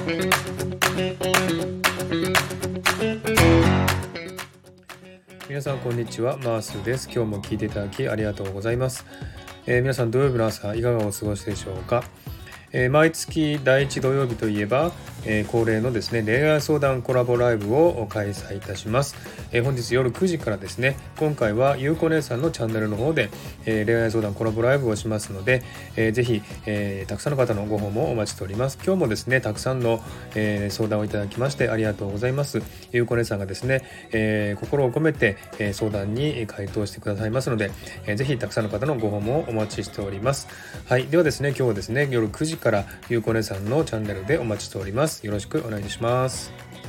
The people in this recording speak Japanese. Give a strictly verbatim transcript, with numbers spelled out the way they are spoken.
皆さんこんにちは、マースです。今日も聞いていただきありがとうございます。えー、皆さん土曜日の朝いかがお過ごしでしょうか。えー、毎月だいいち土曜日といえば、えー、恒例のですね恋愛相談コラボライブを開催いたします。えー、本日夜くじからですね、今回はゆうこ姉さんのチャンネルの方で、えー、恋愛相談コラボライブをしますので、えー、ぜひ、えー、たくさんの方のご訪問をお待ちしております。今日もですねたくさんの、えー、相談をいただきましてありがとうございます。ゆうこ姉さんがですね、えー、心を込めて、えー、相談に回答してくださいますので、えー、ぜひたくさんの方のご訪問をお待ちしております。はい、ではですね今日はですね夜くじからゆうこ姉さんのチャンネルでお待ちしております。よろしくお願いします。